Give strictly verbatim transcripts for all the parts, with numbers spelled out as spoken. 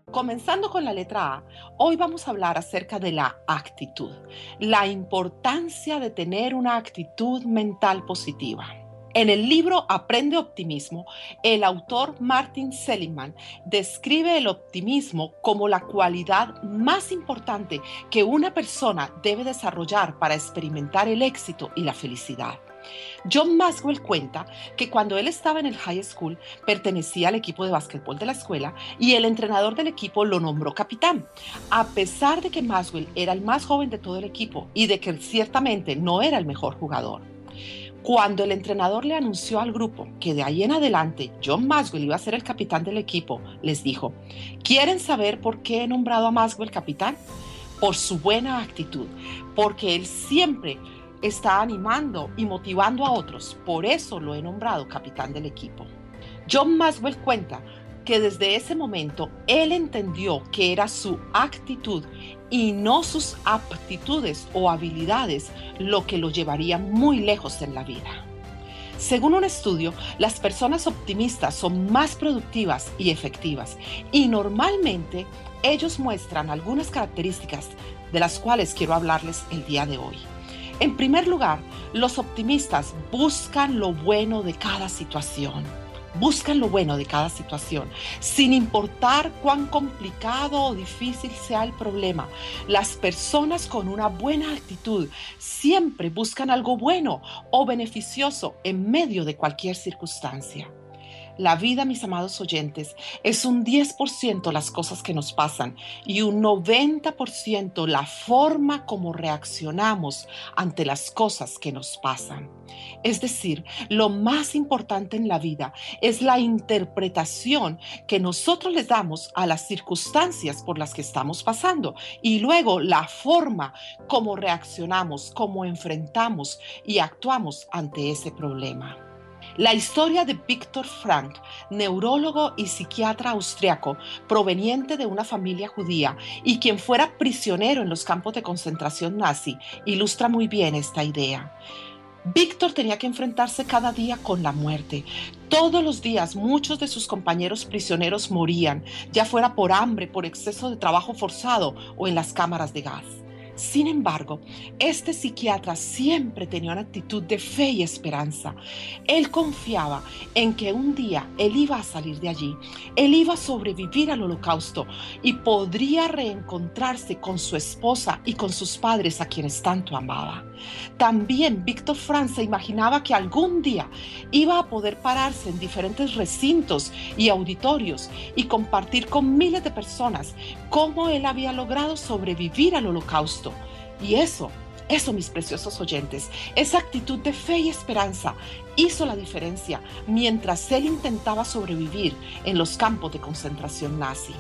Comenzando con la letra A, hoy vamos a hablar acerca de la actitud, la importancia de tener una actitud mental positiva. En el libro Aprende Optimismo, el autor Martin Seligman describe el optimismo como la cualidad más importante que una persona debe desarrollar para experimentar el éxito y la felicidad. John Maxwell cuenta que cuando él estaba en el high school pertenecía al equipo de básquetbol de la escuela y el entrenador del equipo lo nombró capitán. A pesar de que Maxwell era el más joven de todo el equipo y de que él ciertamente no era el mejor jugador. Cuando el entrenador le anunció al grupo que de ahí en adelante John Maxwell iba a ser el capitán del equipo, les dijo: ¿quieren saber por qué he nombrado a Maxwell capitán? Por su buena actitud, porque él siempre está animando y motivando a otros. Por eso lo he nombrado capitán del equipo. John Maxwell cuenta que desde ese momento él entendió que era su actitud y no sus aptitudes o habilidades lo que lo llevaría muy lejos en la vida. Según un estudio, las personas optimistas son más productivas y efectivas y normalmente ellos muestran algunas características de las cuales quiero hablarles el día de hoy. En primer lugar, los optimistas buscan lo bueno de cada situación. Buscan lo bueno de cada situación, sin importar cuán complicado o difícil sea el problema. Las personas con una buena actitud siempre buscan algo bueno o beneficioso en medio de cualquier circunstancia. La vida, mis amados oyentes, es un diez por ciento las cosas que nos pasan y un noventa por ciento la forma como reaccionamos ante las cosas que nos pasan. Es decir, lo más importante en la vida es la interpretación que nosotros les damos a las circunstancias por las que estamos pasando y luego la forma como reaccionamos, cómo enfrentamos y actuamos ante ese problema. La historia de Viktor Frankl, neurólogo y psiquiatra austriaco proveniente de una familia judía y quien fuera prisionero en los campos de concentración nazi, ilustra muy bien esta idea. Víctor tenía que enfrentarse cada día con la muerte. Todos los días muchos de sus compañeros prisioneros morían, ya fuera por hambre, por exceso de trabajo forzado o en las cámaras de gas. Sin embargo, este psiquiatra siempre tenía una actitud de fe y esperanza. Él confiaba en que un día él iba a salir de allí, él iba a sobrevivir al holocausto y podría reencontrarse con su esposa y con sus padres a quienes tanto amaba. También Viktor Frankl se imaginaba que algún día iba a poder pararse en diferentes recintos y auditorios y compartir con miles de personas cómo él había logrado sobrevivir al holocausto. Y eso, eso mis preciosos oyentes, esa actitud de fe y esperanza hizo la diferencia mientras él intentaba sobrevivir en los campos de concentración nazi.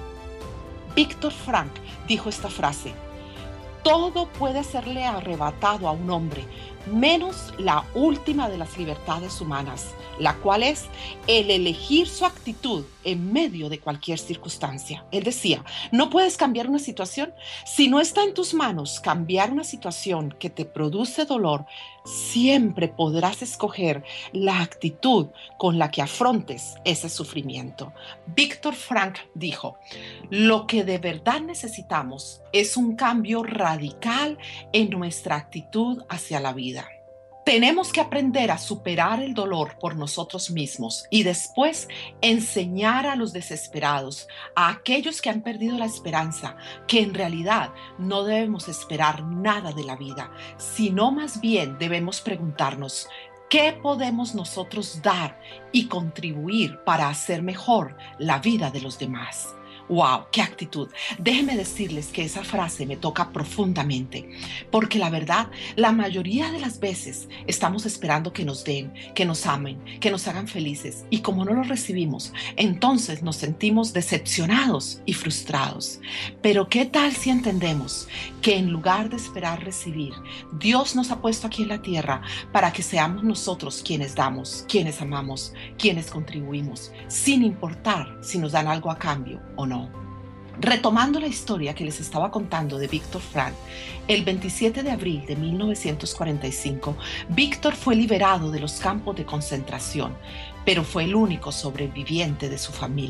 Viktor Frankl dijo esta frase: todo puede serle arrebatado a un hombre, menos la última de las libertades humanas, la cual es el elegir su actitud en medio de cualquier circunstancia. Él decía, no puedes cambiar una situación. Si no está en tus manos cambiar una situación que te produce dolor, siempre podrás escoger la actitud con la que afrontes ese sufrimiento. Viktor Frankl dijo, lo que de verdad necesitamos es un cambio radical en nuestra actitud hacia la vida. Tenemos que aprender a superar el dolor por nosotros mismos y después enseñar a los desesperados, a aquellos que han perdido la esperanza, que en realidad no debemos esperar nada de la vida, sino más bien debemos preguntarnos, ¿qué podemos nosotros dar y contribuir para hacer mejor la vida de los demás? ¡Wow! ¡Qué actitud! Déjenme decirles que esa frase me toca profundamente, porque la verdad, la mayoría de las veces estamos esperando que nos den, que nos amen, que nos hagan felices, y como no lo recibimos, entonces nos sentimos decepcionados y frustrados. Pero ¿qué tal si entendemos que en lugar de esperar recibir, Dios nos ha puesto aquí en la tierra para que seamos nosotros quienes damos, quienes amamos, quienes contribuimos, sin importar si nos dan algo a cambio o no? Retomando la historia que les estaba contando de Viktor Frankl, el veintisiete de abril de mil novecientos cuarenta y cinco, Viktor fue liberado de los campos de concentración, pero fue el único sobreviviente de su familia.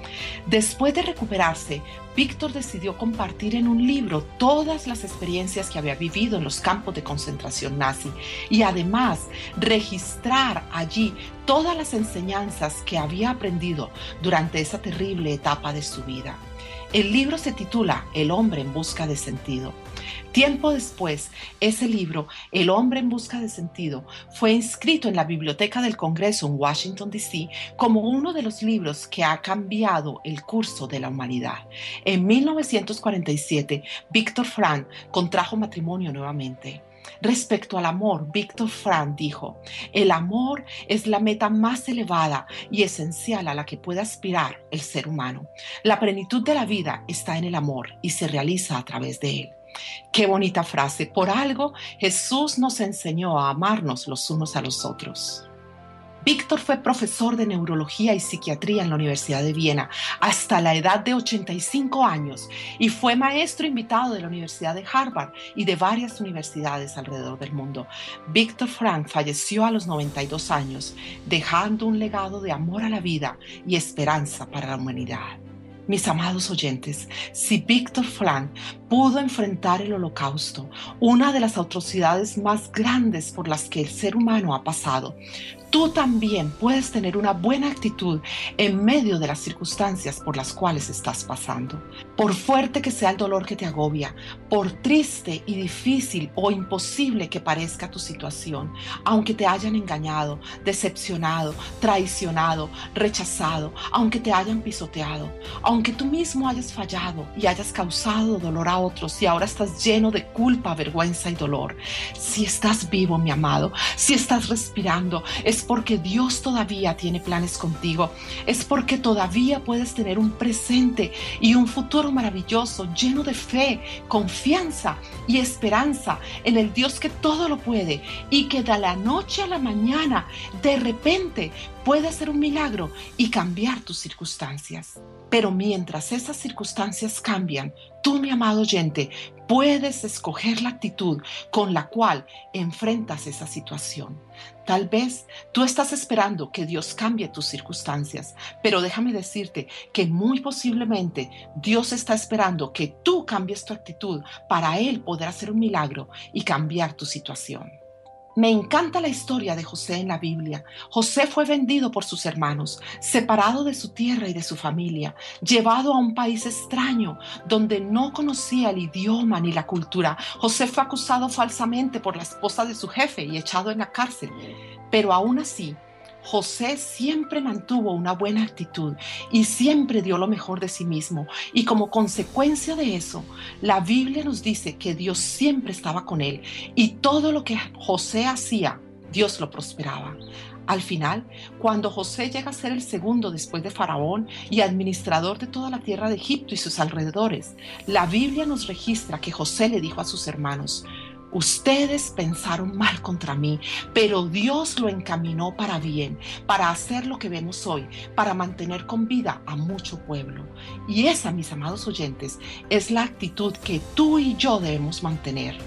Después de recuperarse, Víctor decidió compartir en un libro todas las experiencias que había vivido en los campos de concentración nazi y además registrar allí todas las enseñanzas que había aprendido durante esa terrible etapa de su vida. El libro se titula El hombre en busca de sentido. Tiempo después, ese libro, El hombre en busca de sentido, fue inscrito en la Biblioteca del Congreso en Washington, D C como uno de los libros que ha cambiado el curso de la humanidad. En mil novecientos cuarenta y siete, Viktor Frankl contrajo matrimonio nuevamente. Respecto al amor, Viktor Frankl dijo: el amor es la meta más elevada y esencial a la que puede aspirar el ser humano. La plenitud de la vida está en el amor y se realiza a través de él. Qué bonita frase. Por algo, Jesús nos enseñó a amarnos los unos a los otros. Víctor fue profesor de neurología y psiquiatría en la Universidad de Viena hasta la edad de ochenta y cinco años y fue maestro invitado de la Universidad de Harvard y de varias universidades alrededor del mundo. Viktor Frankl falleció a los noventa y dos años, dejando un legado de amor a la vida y esperanza para la humanidad. Mis amados oyentes, si Viktor Frankl pudo enfrentar el Holocausto, una de las atrocidades más grandes por las que el ser humano ha pasado, tú también puedes tener una buena actitud en medio de las circunstancias por las cuales estás pasando. Por fuerte que sea el dolor que te agobia, por triste y difícil o imposible que parezca tu situación, aunque te hayan engañado, decepcionado, traicionado, rechazado, aunque te hayan pisoteado, aunque tú mismo hayas fallado y hayas causado dolor a otros y ahora estás lleno de culpa, vergüenza y dolor, si estás vivo, mi amado, si estás respirando, es porque Dios todavía tiene planes contigo, es porque todavía puedes tener un presente y un futuro maravilloso, lleno de fe, confianza y esperanza en el Dios que todo lo puede y que de la noche a la mañana, de repente, puede hacer un milagro y cambiar tus circunstancias. Pero mientras esas circunstancias cambian, tú, mi amado oyente, puedes escoger la actitud con la cual enfrentas esa situación. Tal vez tú estás esperando que Dios cambie tus circunstancias, pero déjame decirte que muy posiblemente Dios está esperando que tú cambies tu actitud para Él poder hacer un milagro y cambiar tu situación. Me encanta la historia de José en la Biblia. José fue vendido por sus hermanos, separado de su tierra y de su familia, llevado a un país extraño donde no conocía el idioma ni la cultura. José fue acusado falsamente por la esposa de su jefe y echado en la cárcel. Pero aún así, José siempre mantuvo una buena actitud y siempre dio lo mejor de sí mismo. Y como consecuencia de eso, la Biblia nos dice que Dios siempre estaba con él y todo lo que José hacía, Dios lo prosperaba. Al final, cuando José llega a ser el segundo después de Faraón y administrador de toda la tierra de Egipto y sus alrededores, la Biblia nos registra que José le dijo a sus hermanos: ustedes pensaron mal contra mí, pero Dios lo encaminó para bien, para hacer lo que vemos hoy, para mantener con vida a mucho pueblo. Y esa, mis amados oyentes, es la actitud que tú y yo debemos mantener.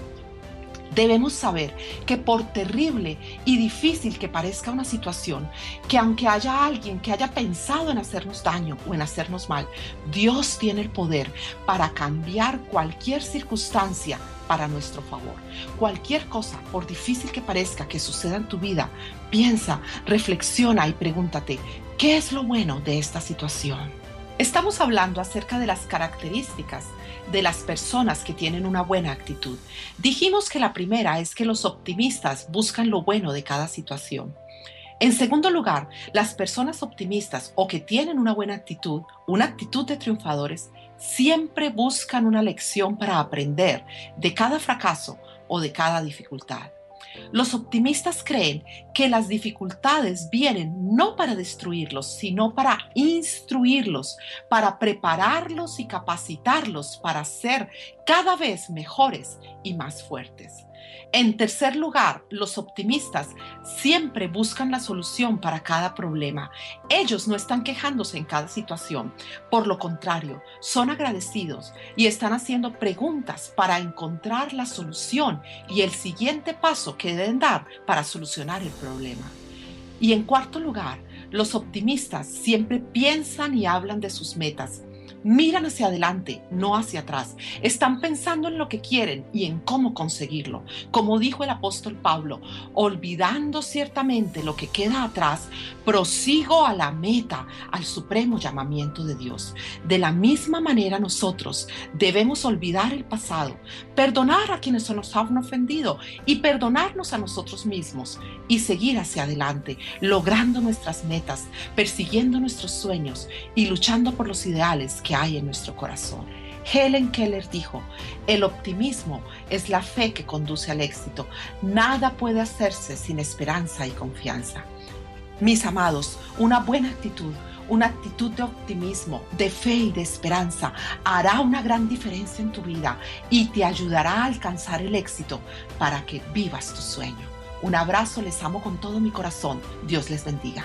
Debemos saber que por terrible y difícil que parezca una situación, que aunque haya alguien que haya pensado en hacernos daño o en hacernos mal, Dios tiene el poder para cambiar cualquier circunstancia para nuestro favor. Cualquier cosa, por difícil que parezca que suceda en tu vida, piensa, reflexiona y pregúntate, ¿qué es lo bueno de esta situación? Estamos hablando acerca de las características de las personas que tienen una buena actitud. Dijimos que la primera es que los optimistas buscan lo bueno de cada situación. En segundo lugar, las personas optimistas o que tienen una buena actitud, una actitud de triunfadores, siempre buscan una lección para aprender de cada fracaso o de cada dificultad. Los optimistas creen que las dificultades vienen no para destruirlos, sino para instruirlos, para prepararlos y capacitarlos para ser cada vez mejores y más fuertes. En tercer lugar, los optimistas siempre buscan la solución para cada problema. Ellos no están quejándose en cada situación. Por lo contrario, son agradecidos y están haciendo preguntas para encontrar la solución y el siguiente paso que deben dar para solucionar el problema. Y en cuarto lugar, Los optimistas siempre piensan y hablan de sus metas. Miran hacia adelante, no hacia atrás. Están pensando en lo que quieren y en cómo conseguirlo. Como dijo el apóstol Pablo, olvidando ciertamente lo que queda atrás, prosigo a la meta, al supremo llamamiento de Dios. De la misma manera nosotros debemos olvidar el pasado, perdonar a quienes nos han ofendido y perdonarnos a nosotros mismos y seguir hacia adelante, logrando nuestras metas, persiguiendo nuestros sueños y luchando por los ideales que hay en nuestro corazón. Helen Keller dijo, el optimismo es la fe que conduce al éxito. Nada puede hacerse sin esperanza y confianza. Mis amados, una buena actitud, una actitud de optimismo, de fe y de esperanza hará una gran diferencia en tu vida y te ayudará a alcanzar el éxito para que vivas tu sueño. Un abrazo, les amo con todo mi corazón. Dios les bendiga.